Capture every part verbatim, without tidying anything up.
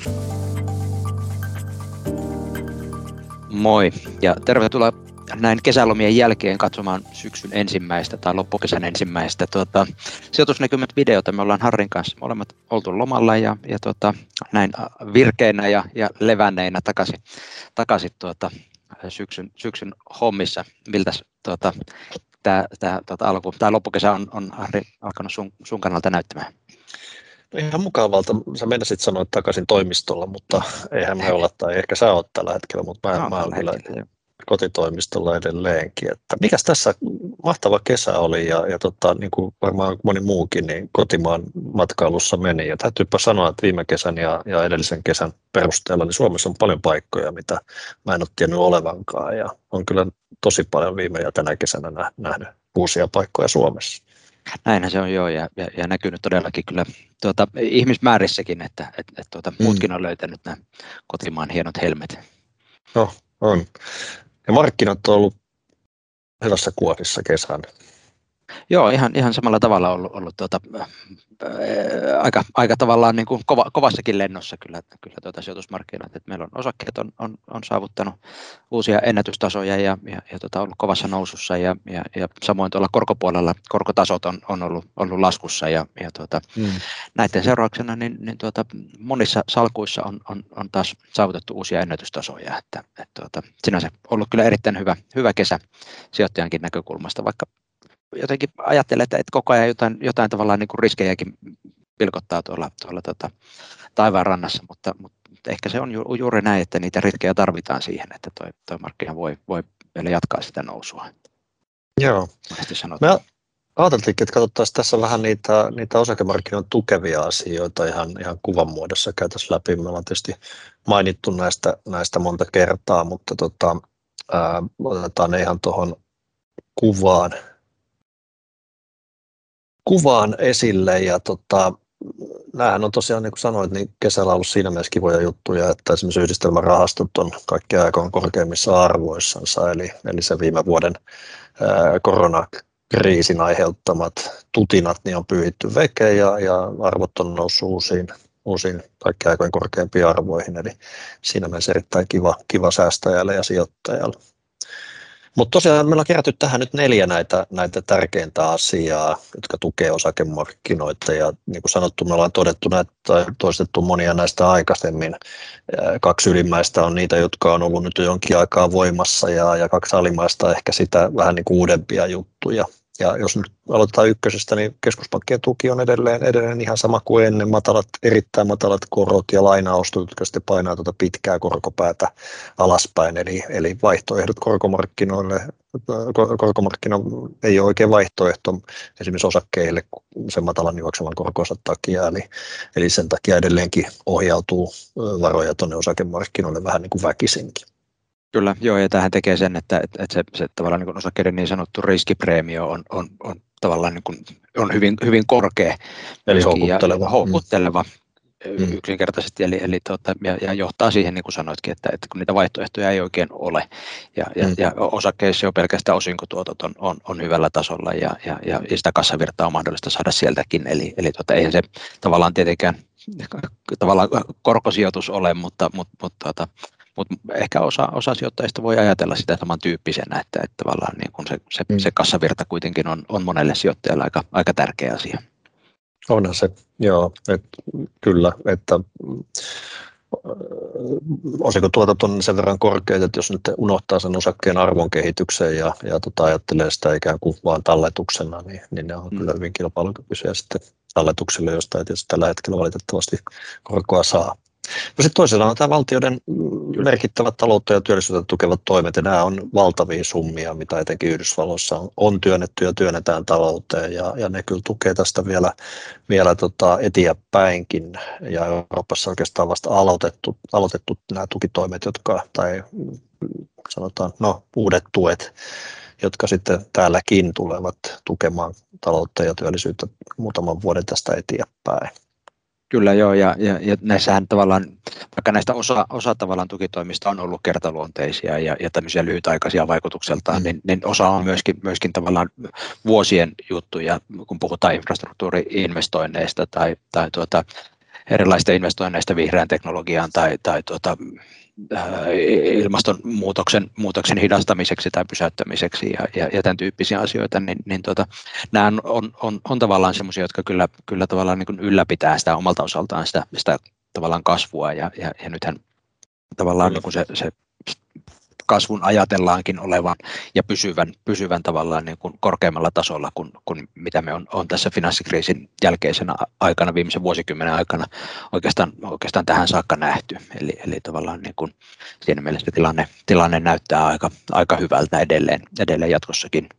Moi ja tervetuloa näin kesälomien jälkeen katsomaan syksyn ensimmäistä tai loppukesän ensimmäistä tuota, sijoitusnäkymät videota. Me ollaan Harrin kanssa molemmat oltu lomalla ja, ja tuota, näin virkeinä ja, ja levänneinä takaisin, takaisin tuota, syksyn, syksyn hommissa. Miltäs tuota, tämä tuota, alku, tää loppukesä on, on Harri alkanut sun, sun kannalta näyttämään? No ihan mukavalta. Sä menisit sanoa takaisin toimistolla, mutta eihän me olla, tai ehkä sä oot tällä hetkellä, mutta mä, no, mä oon kyllä hetkellä, kotitoimistolla edelleenkin. Että mikäs tässä mahtava kesä oli ja, ja tota, niin kuin varmaan moni muukin, niin kotimaan matkailussa meni. Ja täytyypä sanoa, että viime kesän ja, ja edellisen kesän perusteella niin Suomessa on paljon paikkoja, mitä mä en ole tiennyt olevankaan. Ja on kyllä tosi paljon viime ja tänä kesänä nähnyt uusia paikkoja Suomessa. Näinhän se on joo, ja, ja, ja näkynyt todellakin kyllä tuota, ihmismäärissäkin, että et, et, tuota, mm. muutkin on löytänyt nämä kotimaan hienot helmet. No, on. Ja markkinat on ollut hyvässä kuosissa kesän. Joo, ihan, ihan samalla tavalla ollut, ollut tuota, ää, aika, aika tavallaan niin kuin kova, kovassakin lennossa kyllä, kyllä tuota sijoitusmarkkinat. Et meillä on osakkeet on, on, on saavuttanut uusia ennätystasoja ja, ja, ja tuota, ollut kovassa nousussa ja, ja, ja samoin tuolla korkopuolella korkotasot on, on ollut, ollut laskussa ja, ja tuota, mm. näiden seurauksena niin, niin tuota, monissa salkuissa on, on, on taas saavutettu uusia ennätystasoja. Että, et, tuota, sinänsä ollut kyllä erittäin hyvä, hyvä kesä sijoittajankin näkökulmasta, vaikka jotenkin ajattelen, että, että koko ajan jotain, jotain tavallaan niin kuin riskejäkin pilkottaa tuolla, tuolla tota, taivaan rannassa, mutta, mutta ehkä se on ju, juuri näin, että niitä riskejä tarvitaan siihen, että tuo, tuo markkina voi, voi vielä jatkaa sitä nousua. Joo. Me ajateltiinkin, että katsottaisiin tässä vähän niitä, niitä osakemarkkinoiden tukevia asioita ihan, ihan kuvan muodossa käytäisiin läpi. Me ollaan tietysti mainittu näistä, näistä monta kertaa, mutta tota, ää, otetaan ne ihan tuohon kuvaan. kuvaan esille ja tota, näähän on tosiaan niin kuin sanoit, niin kesällä ollut siinä mielessä kivoja juttuja, että esimerkiksi yhdistelmärahastot on kaikki aikoin korkeimmissa arvoissansa, eli, eli se viime vuoden ää, koronakriisin aiheuttamat tutinat niin on pyyhitty veke ja, ja arvot on noussut uusiin, uusiin kaikki aikoin korkeimpiin arvoihin, eli siinä mielessä erittäin kiva, kiva säästäjälle ja sijoittajalle. Mutta tosiaan meillä on kerätty tähän nyt neljä näitä, näitä tärkeintä asiaa, jotka tukee osakemarkkinoita ja niin kuin sanottu, me ollaan todettu näitä tai toistettu monia näistä aikaisemmin. Kaksi ylimmäistä on niitä, jotka on ollut nyt jo jonkin aikaa voimassa ja, ja kaksi alimmaista ehkä sitä vähän niin kuin uudempia juttuja. Ja jos nyt aloitetaan ykkösestä, niin keskuspankkien tuki on edelleen, edelleen ihan sama kuin ennen, matalat, erittäin matalat korot ja lainaostot, jotka sitten painaa tuota pitkää korkopäätä alaspäin, eli, eli vaihtoehdot korkomarkkinoille, korkomarkkino ei ole oikein vaihtoehto esimerkiksi osakkeille sen matalan juoksevan korkonsa takia, eli, eli sen takia edelleenkin ohjautuu varoja tuonne osakemarkkinoille vähän niin kuin väkisinkin. Kyllä, joo, ja tämähän tekee sen, että, että se, se tavallaan niin kuin osakkeiden niin sanottu riskipreemio on, on, on tavallaan niin kuin, on hyvin, hyvin korkea. Eli houkutteleva. Ja houkutteleva mm. yksinkertaisesti, eli, eli tuota, ja, ja johtaa siihen, niin kuin sanoitkin, että, että kun niitä vaihtoehtoja ei oikein ole, ja, ja, mm. ja osakkeissa jo pelkästään osinkotuotot on, on, on hyvällä tasolla, ja, ja, ja sitä kassavirtaa on mahdollista saada sieltäkin, eli, eli tuota, eihän se tavallaan tietenkään tavallaan korkosijoitus ole, mutta, mutta, mutta tuota, Mutta ehkä osa, osa sijoittajista voi ajatella sitä samantyyppisenä, että, että tavallaan niin kun se, se, mm. se kassavirta kuitenkin on, on monelle sijoittajalle aika, aika tärkeä asia. Onhan se, joo, et, kyllä, että osinkotuotot on sen verran korkeat, että jos nyt unohtaa sen osakkeen arvon kehityksen ja, ja tota, ajattelee sitä ikään kuin vaan talletuksena, niin, niin ne on mm. kyllä hyvin kilpailukykyisiä sitten talletuksille, josta ei tietysti tällä hetkellä valitettavasti korkoa saa. No sitten toisena on tämä valtioiden merkittävät taloutta ja työllisyyttä tukevat toimet, ja nämä on valtavia summia, mitä etenkin Yhdysvalloissa on, on työnnetty ja työnnetään talouteen, ja, ja ne kyllä tukee tästä vielä, vielä tota eteenpäinkin, ja Euroopassa oikeastaan vasta aloitettu, aloitettu nämä tukitoimet, jotka, tai sanotaan, no uudet tuet, jotka sitten täälläkin tulevat tukemaan taloutta ja työllisyyttä muutaman vuoden tästä eteenpäin. Kyllä joo, ja, ja, ja näissähän tavallaan, vaikka näistä osa, osa tavallaan tukitoimista on ollut kertaluonteisia ja, ja tämmöisiä lyhytaikaisia vaikutukseltaan, mm. niin, niin osa on myöskin, myöskin tavallaan vuosien juttuja, kun puhutaan infrastruktuuri-investoinneista tai, tai tuota, erilaisista investoinneista vihreään teknologiaan tai, tai tuota, ilmastonmuutoksen muutoksen hidastamiseksi tai pysäyttämiseksi ja, ja, ja tämän tyyppisiä asioita, niin, niin tuota, nämä on, on, on tavallaan sellaisia, jotka kyllä, kyllä tavallaan niin kuin ylläpitää sitä omalta osaltaan sitä, sitä tavallaan kasvua ja, ja, ja nythän tavallaan niin kuin se, se kasvun ajatellaankin olevan ja pysyvän, pysyvän tavallaan niin kuin korkeammalla tasolla kuin, kuin mitä me on, on tässä finanssikriisin jälkeisenä aikana, viimeisen vuosikymmenen aikana oikeastaan, oikeastaan tähän saakka nähty. Eli, eli tavallaan niin kuin siinä mielessä tilanne, tilanne näyttää aika, aika hyvältä edelleen, edelleen jatkossakin.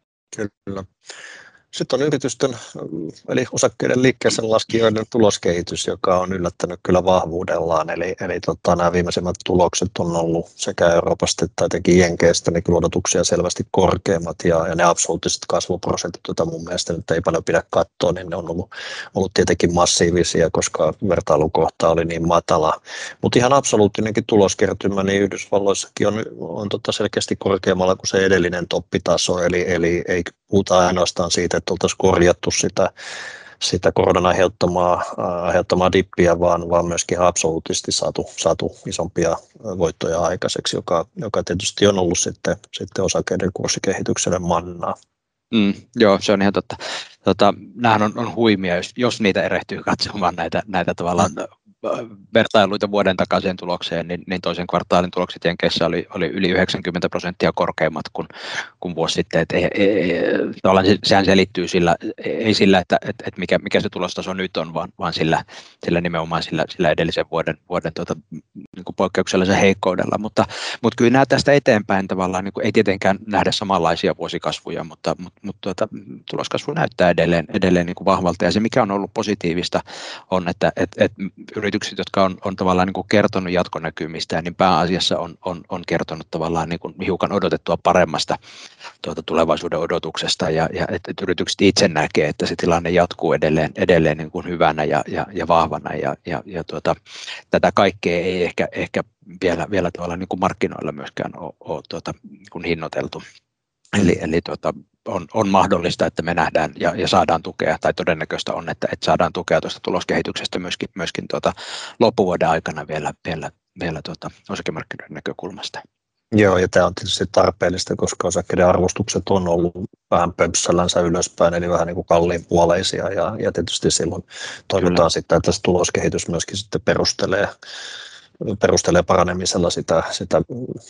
Kyllä. Sitten on yritysten, eli osakkeiden liikkeessä laskijoiden tuloskehitys, joka on yllättänyt kyllä vahvuudellaan. Eli, eli tota, nämä viimeisimmät tulokset on ollut sekä Euroopasta että etenkin Jenkeistä, niin kyllä odotuksia selvästi korkeammat. Ja, ja ne absoluuttiset kasvuprosentit, joita mun mielestä nyt ei paljon pidä katsoa, niin ne on ollut, ollut tietenkin massiivisia, koska vertailukohta oli niin matala. Mutta ihan absoluuttinenkin tuloskertymä, niin Yhdysvalloissakin on, on tota selkeästi korkeammalla kuin se edellinen toppitaso, eli, eli ei puhuta ainoastaan siitä, että oltaisiin korjattu sitä, sitä koronan aiheuttamaa, aiheuttamaa dippiä, vaan, vaan myöskin absoluuttisesti saatu, saatu isompia voittoja aikaiseksi, joka, joka tietysti on ollut sitten, sitten osakeiden kurssikehitykselle mannaa. Mm, joo, se on ihan totta. Tota, nämähän on, on huimia, jos, jos niitä erehtyy katsomaan näitä, näitä tavallaan mm. vertailuita vuoden takaiseen tulokseen, niin, niin toisen kvartaalin tulokset Jenkeissä oli, oli yli yhdeksänkymmentä prosenttia korkeammat kuin, kuin vuosi sitten. Et ei, ei, sehän selittyy sillä, ei sillä, että et, et mikä, mikä se tulostaso nyt on, vaan, vaan sillä, sillä nimenomaan sillä, sillä edellisen vuoden, vuoden tuota, niin kuin poikkeuksellisen heikkoudella. Mutta, mutta kyllä nämä tästä eteenpäin tavallaan niin kuin ei tietenkään nähdä samanlaisia vuosikasvuja, mutta, mutta, mutta tuota, tuloskasvu näyttää edelleen, edelleen niin kuin vahvalta. Ja se, mikä on ollut positiivista, on, että et, et yritykset, jotka on, on tavallaan niin kuin kertonut jatkonäkymistä, niin pääasiassa on, on, on kertonut tavallaan niin kuin hiukan odotettua paremmasta tuota tulevaisuuden odotuksesta, ja, ja että et yritykset itse näkee, että se tilanne jatkuu edelleen, edelleen niin kuin hyvänä ja, ja, ja vahvana, ja, ja, ja tuota, tätä kaikkea ei ehkä, ehkä vielä, vielä tavallaan niin kuin markkinoilla myöskään ole, ole tuota, niin kuin hinnoiteltu. Eli, eli tuota, on, on mahdollista, että me nähdään ja, ja saadaan tukea, tai todennäköistä on, että, että saadaan tukea tuosta tuloskehityksestä myöskin, myöskin tuota, loppuvuoden aikana vielä, vielä, vielä tuota, osakemarkkinoiden näkökulmasta. Joo, ja tämä on tietysti tarpeellista, koska osakkeiden arvostukset on ollut vähän pömpsällänsä ylöspäin, eli vähän niin kuin kalliin puoleisia, ja, ja tietysti silloin toivotaan sitten, että se tuloskehitys myöskin sitten perustelee, perustelee paranemisella sitä, sitä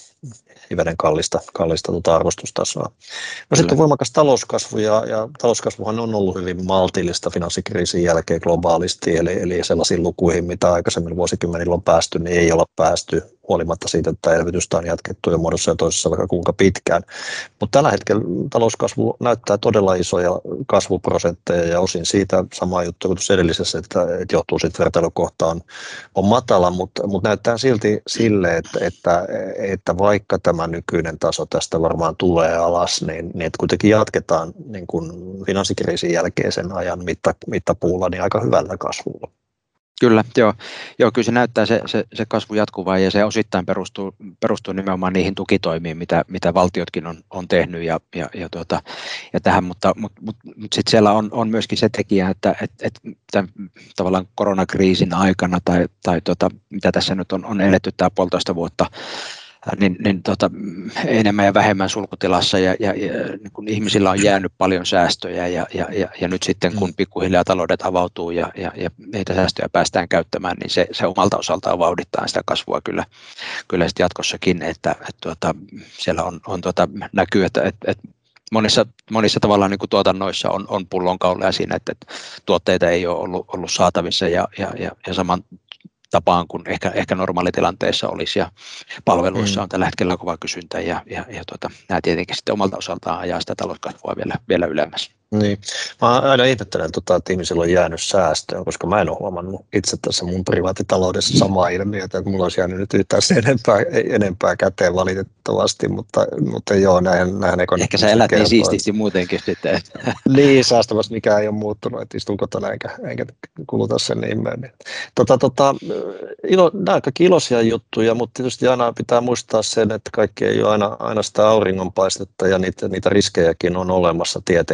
hivenen kallista, kallista tuota arvostustasoa. No Kyllä. Sitten voimakas talouskasvu, ja, ja talouskasvuhan on ollut hyvin maltillista finanssikriisin jälkeen globaalisti, eli, eli sellaisiin lukuihin, mitä aikaisemmin vuosikymmenillä on päästy, niin ei olla päästy, huolimatta siitä, että elvytystä on jatkettu jo muodossa ja toisessa vaikka kuinka pitkään. Mutta tällä hetkellä talouskasvu näyttää todella isoja kasvuprosentteja, ja osin siitä sama juttu kuin tuossa edellisessä, että, että johtuu siitä vertailukohta on, on matala, mutta, mutta näyttää silti sille, että, että, että vaikka tämä nykyinen taso tästä varmaan tulee alas, niin, niin että kuitenkin jatketaan niin kuin finanssikriisin jälkeisen ajan mitta, mittapuulla niin aika hyvällä kasvulla. Kyllä, joo. joo, kyllä se näyttää se, se, se kasvu jatkuvaa, ja se osittain perustuu, perustuu nimenomaan niihin tukitoimiin, mitä, mitä valtiotkin on, on tehnyt ja, ja, ja, tuota, ja tähän, mutta, mutta, mutta, mutta sitten siellä on, on myöskin se tekijä, että, että, että tämän, tavallaan koronakriisin aikana tai, tai tuota, mitä tässä nyt on, on eletty tämä puolitoista vuotta, niin, niin tota, enemmän ja vähemmän sulkutilassa, ja, ja, ja niin kun ihmisillä on jäänyt paljon säästöjä, ja, ja, ja, ja nyt sitten kun pikkuhiljaa taloudet avautuu ja, ja, ja niitä säästöjä päästään käyttämään, niin se, se omalta osaltaan vauhdittaa sitä kasvua kyllä, kyllä sitten jatkossakin, että, että tuota, siellä on, on tuota, näkyy, että, että, että monissa, monissa tavallaan niin kuin tuotannoissa on, on pullonkauloja siinä, että, että tuotteita ei ole ollut, ollut saatavissa, ja, ja, ja, ja saman tapaan kuin ehkä, ehkä normaalitilanteessa olisi, ja palveluissa on tällä hetkellä kova kysyntä, ja, ja, ja tuota, nämä tietenkin sitten omalta osaltaan ajaa sitä talouskasvua vielä, vielä ylemmäs. Niin. Mä aina ihmettelen, tota, että ihmisillä on jäänyt säästöön, koska mä en ole huomannut itse tässä mun privaattitaloudessa samaa ilmiötä, että mulla olisi jäänyt nyt yhtään enempää, enempää käteen valitettavasti, mutta, mutta joo, näin, näin ehkä sä elät niin siististi muutenkin sitten. Niin, säästävästi mikään ei ole muuttunut, että istun kotona enkä, enkä kuluta sen ihmeen. Tota, tota, ilo, nämä on kaikki iloisia juttuja, mutta tietysti aina pitää muistaa sen, että kaikki ei ole aina, aina sitä auringonpaistetta, ja niitä, niitä riskejäkin on olemassa tietenkin, ja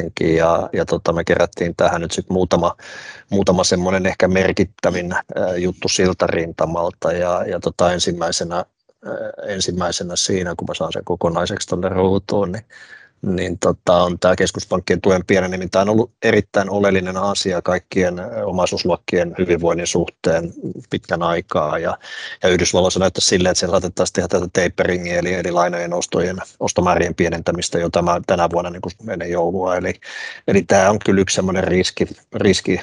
ja, ja tota, me kerättiin tähän nyt sitten muutama, muutama semmoinen ehkä merkittävin ää, juttu siltä rintamalta, ja, ja tota, ensimmäisenä, ää, ensimmäisenä siinä, kun mä saan sen kokonaiseksi tuonne ruutuun, niin niin tota, on tämä keskuspankkien tuen pieneneminen. Tämä on ollut erittäin oleellinen asia kaikkien omaisuusluokkien hyvinvoinnin suhteen pitkän aikaa, ja, ja Yhdysvalloissa näyttää silleen, että se saatettaisiin tehdä tätä taperingia, eli, eli lainojen ostojen, ostomäärien pienentämistä jo tämä, tänä vuonna niin kuin ennen joulua, eli, eli tämä on kyllä yksi sellainen riski, riski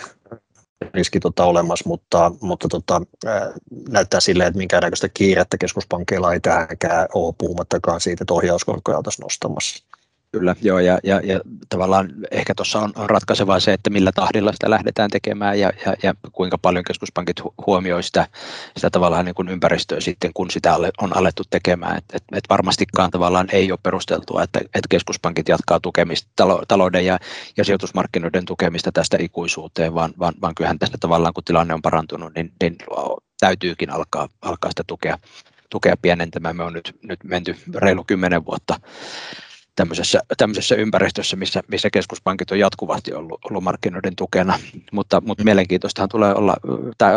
riski tota olemassa, mutta, mutta tota, ää, näyttää silleen, että minkäännäköistä kiirettä keskuspankkeilla ei tähänkään ole, puhumattakaan siitä, että ohjauskorkoja oltaisiin nostamassa. Kyllä, joo, ja, ja, ja tavallaan ehkä tuossa on, on ratkaisevaa se, että millä tahdilla sitä lähdetään tekemään ja, ja, ja kuinka paljon keskuspankit huomioi sitä, sitä tavallaan niin kuin ympäristöä sitten, kun sitä on alettu tekemään. Et, et, et varmastikaan tavallaan ei ole perusteltua, että, että keskuspankit jatkaa tukemista, talo, talouden ja, ja sijoitusmarkkinoiden tukemista tästä ikuisuuteen, vaan, vaan, vaan kyllähän tästä tavallaan, kun tilanne on parantunut, niin, niin täytyykin alkaa, alkaa sitä tukea, tukea pienentämään. Me on nyt, nyt menty reilu kymmenen vuotta Tämmöisessä, tämmöisessä ympäristössä, missä, missä keskuspankit on jatkuvasti ollut, ollut markkinoiden tukena, mutta, mutta mielenkiintoistahan tulee olla, tai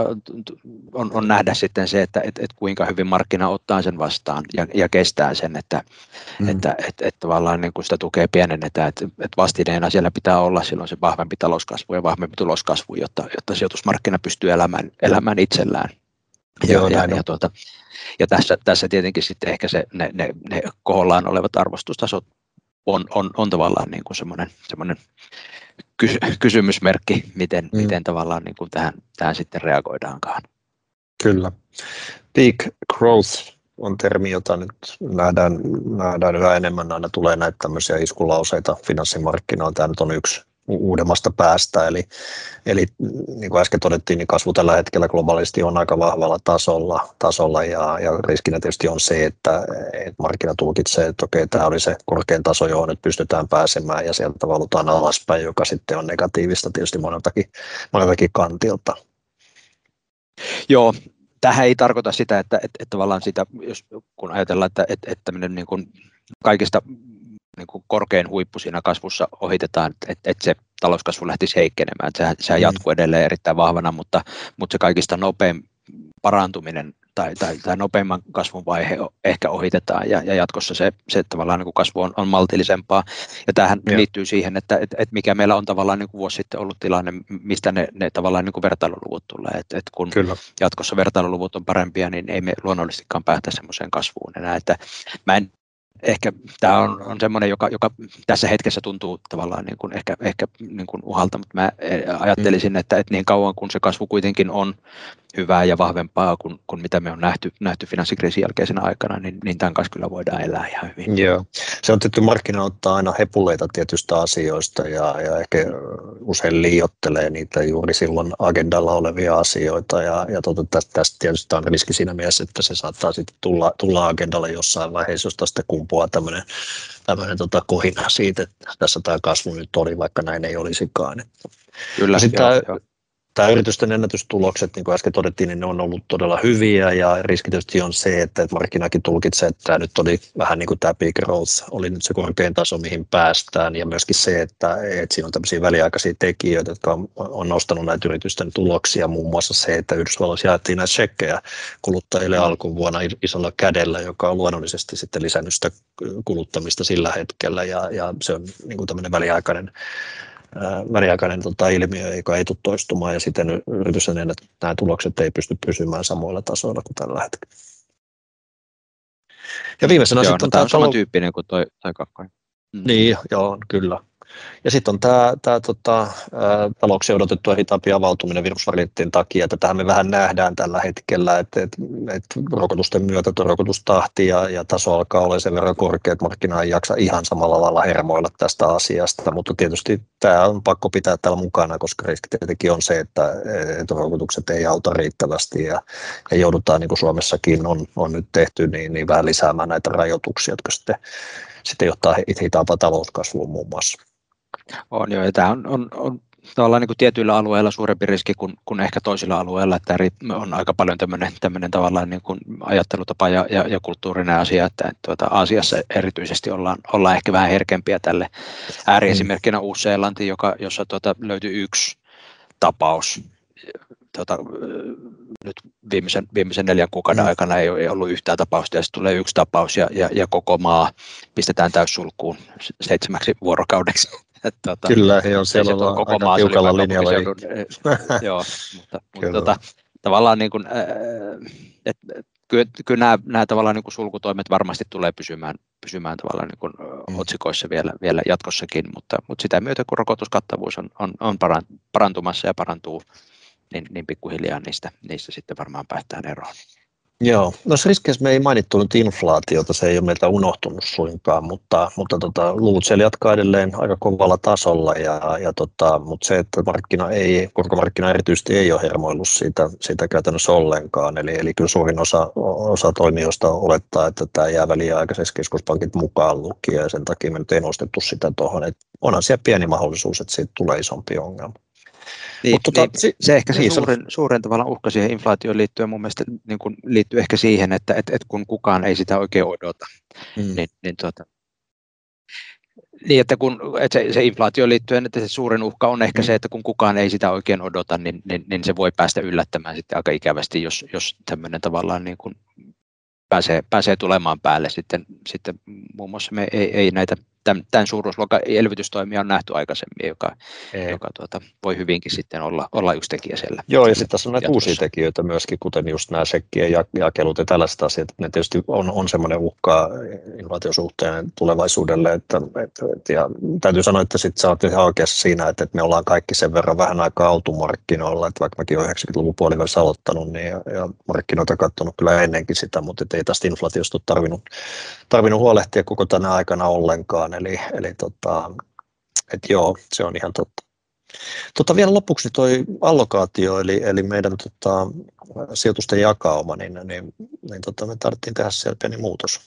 on, on nähdä sitten se, että et, et kuinka hyvin markkina ottaa sen vastaan ja, ja kestää sen, että, mm. että et, et tavallaan niin kuin sitä tukea pienennetään, että et vastineena siellä pitää olla silloin se vahvempi talouskasvu ja vahvempi tuloskasvu, jotta, jotta sijoitusmarkkina pystyy elämään, elämään itsellään. Ja, Joo, ja, ja, tuota, ja tässä, tässä tietenkin sitten ehkä se, ne, ne, ne kohollaan olevat arvostustasot On, on, on tavallaan niin kuin semmoinen, semmoinen kysy, kysymysmerkki, miten, mm. miten tavallaan niin kuin tähän, tähän sitten reagoidaankaan. Kyllä. Peak growth on termi, jota nyt nähdään, nähdään yhä enemmän. Aina tulee näitä tämmöisiä iskulauseita finanssimarkkinoilta. Tämä nyt on yksi uudemmasta päästä. Eli, eli niin kuin äsken todettiin, niin kasvu tällä hetkellä globaalisti on aika vahvalla tasolla, tasolla ja, ja riskinä tietysti on se, että, että markkina tulkitsee, että okei, tämä oli se korkein taso, johon nyt pystytään pääsemään ja sieltä valutaan alaspäin, joka sitten on negatiivista tietysti moneltakin, moneltakin kantilta. Joo. Tämähän ei tarkoita sitä, että, että, että tavallaan sitä, jos, kun ajatellaan, että, että, että tämmöinen niin kuin kaikista niin kuin korkein huippu siinä kasvussa ohitetaan, että, että se talouskasvu lähtisi heikkenemään. Sehän, sehän jatkuu edelleen erittäin vahvana, mutta, mutta se kaikista nopein parantuminen tai, tai, tai nopeimman kasvun vaihe ehkä ohitetaan ja, ja jatkossa se, se tavallaan niin kuin kasvu on, on maltillisempaa. Ja tämähän ja. liittyy siihen, että, että, että mikä meillä on tavallaan niin kuin vuosi sitten ollut tilanne, mistä ne, ne tavallaan niin kuin vertailuluvut tulee. Että, että kun Kyllä. jatkossa vertailuluvut on parempia, niin ei me luonnollisestikaan päästä semmoiseen kasvuun enää. Että mä en Ehkä tämä on, on semmoinen, joka, joka tässä hetkessä tuntuu tavallaan niin kuin ehkä, ehkä niin kuin uhalta, mutta mä ajattelisin, että, että niin kauan kun se kasvu kuitenkin on hyvää ja vahvempaa kuin, kuin mitä me on nähty, nähty finanssikriisin jälkeisenä aikana, niin, niin tämän kanssa kyllä voidaan elää ihan hyvin. Joo. Se on tietty, markkina ottaa aina hepuleita tietystä asioista ja, ja ehkä usein liioittelee niitä juuri silloin agendalla olevia asioita ja, ja tota, tästä, tästä tietysti on riski siinä mielessä, että se saattaa sitten tulla, tulla agendalle jossain vaiheessa, josta sitten kumpuaa tämmöinen, tämmöinen tota kohina siitä, että tässä tämä kasvu nyt oli, vaikka näin ei olisikaan. Kyllä, sitten joo, tämä, Tämä yritysten ennätystulokset, niin kuin äsken todettiin, niin ne on ollut todella hyviä ja riski tietysti on se, että markkinakin tulkitsee, että tämä nyt oli vähän niin kuin tämä peak growth, oli nyt se korkein taso, mihin päästään ja myöskin se, että, että siinä on tämmöisiä väliaikaisia tekijöitä, jotka on, on nostanut näitä yritysten tuloksia, muun muassa se, että Yhdysvalloissa jaettiin näitä shekkejä kuluttajille alkuvuonna isolla kädellä, joka on luonnollisesti sitten lisännyt sitä kuluttamista sillä hetkellä ja, ja se on niin kuin tämmöinen väliaikainen väliaikainen tota, ilmiö, joka ei tule toistumaan ja sitten yritysten että nämä tulokset ei pysty pysymään samoilla tasoilla kuin tällä hetkellä. Ja viimeisenä joo, sitten no, on tämä tämä on samantyyppinen kuin toi, toi kakkonen. Mm. Niin, joo, kyllä. Ja sitten on tämä, tämä tota, talouksien odotettua hitaampi avautuminen virusvarianttien takia. Tätähän me vähän nähdään tällä hetkellä, että, että, että rokotusten myötä tuo rokotustahti ja, ja taso alkaa olla sen verran korkea, että markkina ei jaksa ihan samalla lailla hermoilla tästä asiasta. Mutta tietysti tämä on pakko pitää täällä mukana, koska riski tietenkin on se, että, että rokotukset ei auta riittävästi ja, ja joudutaan, niin kuin Suomessakin on, on nyt tehty, niin, niin vähän lisäämään näitä rajoituksia, jotka sitten, sitten johtaa hitaampaa talouskasvuun muun muassa. On joo, ja tämä on, on, on tavallaan niin kuin tietyillä alueilla suurempi riski kuin, kuin ehkä toisilla alueilla, että on aika paljon tämmöinen, tämmöinen tavallaan niin kuin ajattelutapa ja, ja, ja kulttuurinen asia, että, että tuota, Aasiassa erityisesti ollaan, ollaan ehkä vähän herkempiä tälle. Ääriesimerkkinä Uusi-Seelanti, joka, jossa tuota, löytyi yksi tapaus. Tuota, nyt viimeisen, viimeisen neljän kuukauden mm. aikana ei, ei ollut yhtään tapausta, ja sitten tulee yksi tapaus, ja, ja, ja koko maa pistetään täyssulkuun seitsemäksi vuorokaudeksi. Tuota, Kyllä, joo, siellä ollaan koko aika maa, tiukalla linjalla. Joo, mutta, mutta tuota, tavallaan niin kuin, et, kyllä, kyllä nämä, nämä tavallaan niin kuin sulkutoimet varmasti tulee pysymään, pysymään tavallaan niin kuin mm. otsikoissa vielä, vielä jatkossakin, mutta, mutta sitä myötä kun rokotuskattavuus on, on, on parantumassa ja parantuu, niin, niin pikkuhiljaa niistä, niistä sitten varmaan päästään eroon. Joo, no riskeissä me ei mainittu nyt inflaatiota, se ei ole meiltä unohtunut suinkaan, mutta, mutta tota, luvut siellä jatkaa edelleen aika kovalla tasolla, ja, ja tota, mutta se, että markkina ei, korkomarkkina erityisesti ei ole hermoillut siitä, siitä käytännössä ollenkaan, eli, eli kyllä suurin osa, osa toimijoista olettaa, että tämä jää väliaikaiseksi keskuspankit mukaan lukien, ja sen takia me nyt ei nostettu sitä tuohon, että onhan siellä pieni mahdollisuus, että siitä tulee isompi ongelma. Niin, tota, niin, si- se ehkä se niin, suurin, suurin tavallaan uhka siihen inflaatioon liittyen mun mielestä niin kuin liittyy ehkä siihen, että et, et kun kukaan ei sitä oikein odota, mm. niin, niin, tuota, niin että kun että se, se inflaatioon liittyen, että se suurin uhka on ehkä mm. se, että kun kukaan ei sitä oikein odota, niin, niin, niin se voi päästä yllättämään sitten aika ikävästi, jos, jos tämmöinen tavallaan niin kuin pääsee, pääsee tulemaan päälle sitten, sitten muun muassa me ei, ei näitä Tämän, tämän suuruusluokan elvytystoimia on nähty aikaisemmin, joka, joka tuota, voi hyvinkin sitten olla, olla yksi tekijä siellä. Joo, ja sitten tässä on näitä jatkossa. Uusia tekijöitä myöskin, kuten just nämä sekkien jakelut ja tällaiset asiat. Ne tietysti on, on semmoinen uhka inflaatiosuhteen tulevaisuudelle. Että, et, ja täytyy sanoa, että sitten sä oot ihan oikeassa siinä, että, että me ollaan kaikki sen verran vähän aikaa automarkkinoilla, että vaikka mäkin olen yhdeksänkymmentäluvun puolivälissä aloittanut, niin ja, ja markkinoita katsonut kyllä ennenkin sitä, mutta ei tästä inflaatiosta ole tarvinnut, tarvinnut huolehtia koko tänä aikana ollenkaan. Eli, eli tota, et joo, se on ihan totta. Tota, vielä lopuksi toi allokaatio, eli, eli meidän tota, sijoitusten jakauma, niin, niin, niin tota, me tarvittiin tehdä siellä pieni muutos.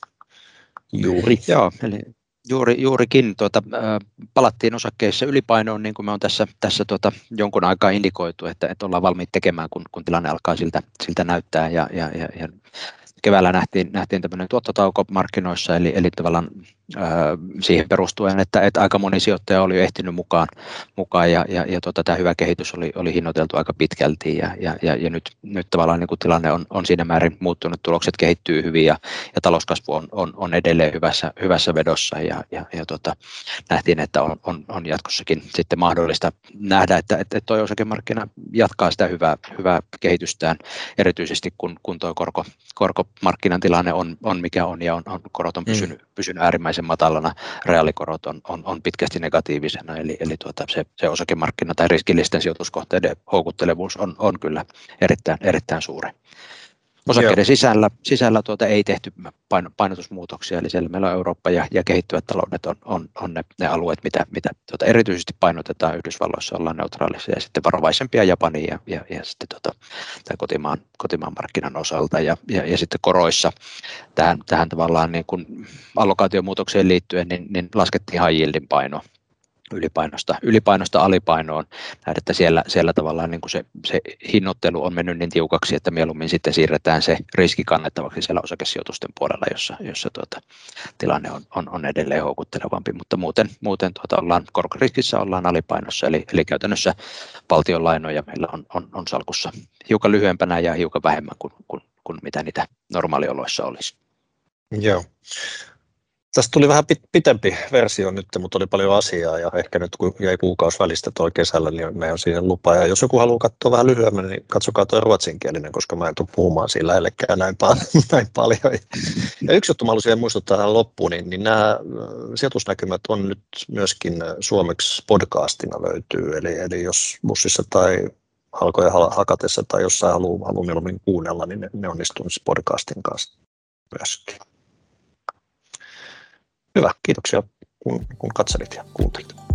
Juuri. Joo, eli juuri, juurikin tuota, palattiin osakkeissa ylipainoon, niin kuin me on tässä, tässä tuota, jonkun aikaa indikoitu, että, että ollaan valmiit tekemään, kun, kun tilanne alkaa siltä, siltä näyttää, ja, ja, ja, ja keväällä nähtiin, nähtiin tämmöinen tuottotauko markkinoissa, eli, eli tavallaan äh, siihen perustuen, että, että aika moni sijoittaja oli jo ehtinyt mukaan, mukaan ja, ja, ja tota, tämä hyvä kehitys oli, oli hinnoiteltu aika pitkälti, ja, ja, ja, ja nyt, nyt tavallaan niin kuin tilanne on, on siinä määrin muuttunut, tulokset kehittyy hyvin, ja, ja talouskasvu on, on, on edelleen hyvässä, hyvässä vedossa, ja, ja, ja tota, nähtiin, että on, on, on jatkossakin sitten mahdollista nähdä, että, että tuo osakemarkkina jatkaa sitä hyvää, hyvää kehitystään, erityisesti kun, kun tuo korko, korko markkinan tilanne on, on mikä on, ja on, on, korot on pysynyt, mm. pysynyt äärimmäisen matalana, reaalikorot on, on, on pitkästi negatiivisena, eli, eli tuota, se, se osakemarkkina tai riskillisten sijoituskohteiden houkuttelevuus on, on kyllä erittäin, erittäin suuri. Osakkeiden sisällä, sisällä tuota ei tehty paino, painotusmuutoksia, eli siellä meillä on Eurooppa ja, ja kehittyvät taloudet on, on, on ne, ne alueet, mitä, mitä tuota erityisesti painotetaan. Yhdysvalloissa ollaan neutraalisia ja sitten varovaisempia Japania ja, ja, ja sitten tuota, kotimaan, kotimaan markkinan osalta ja, ja, ja sitten koroissa tähän, tähän tavallaan niin kuin allokaatiomuutokseen liittyen, niin, niin laskettiin high yieldin paino. Ylipainosta, ylipainosta alipainoon, nähdään, että siellä, siellä tavallaan niin kuin se, se hinnoittelu on mennyt niin tiukaksi, että mieluummin sitten siirretään se riski kannettavaksi siellä osakesijoitusten puolella, jossa, jossa tuota, tilanne on, on, on edelleen houkuttelevampi, mutta muuten, muuten tuota, ollaan korkoriskissä ollaan alipainossa, eli, eli käytännössä valtionlainoja meillä on, on, on salkussa hiukan lyhyempänä ja hiukan vähemmän kuin, kuin, kuin mitä niitä normaalioloissa olisi. Joo. Tästä tuli vähän pitempi versio nyt, mutta oli paljon asiaa, ja ehkä nyt kun jäi kuukausi välistä toi kesällä, niin me on siihen lupa. Ja jos joku haluaa katsoa vähän lyhyemmän, niin katsokaa tuo ruotsinkielinen, koska mä en tule puhumaan siinä lähellekään näin, pal- näin paljon. Ja yksi juttu mä haluaisin muistuttaa tähän loppuun, niin, niin nämä sijoitusnäkymät on nyt myöskin suomeksi podcastina löytyy. Eli, eli jos bussissa tai halkoja hakatessa tai jossain haluaa, haluaa mieluummin kuunnella, niin ne, ne onnistuu podcastin kanssa myöskin. Hyvä, kiitoksia kun, kun katselit ja kuuntelit.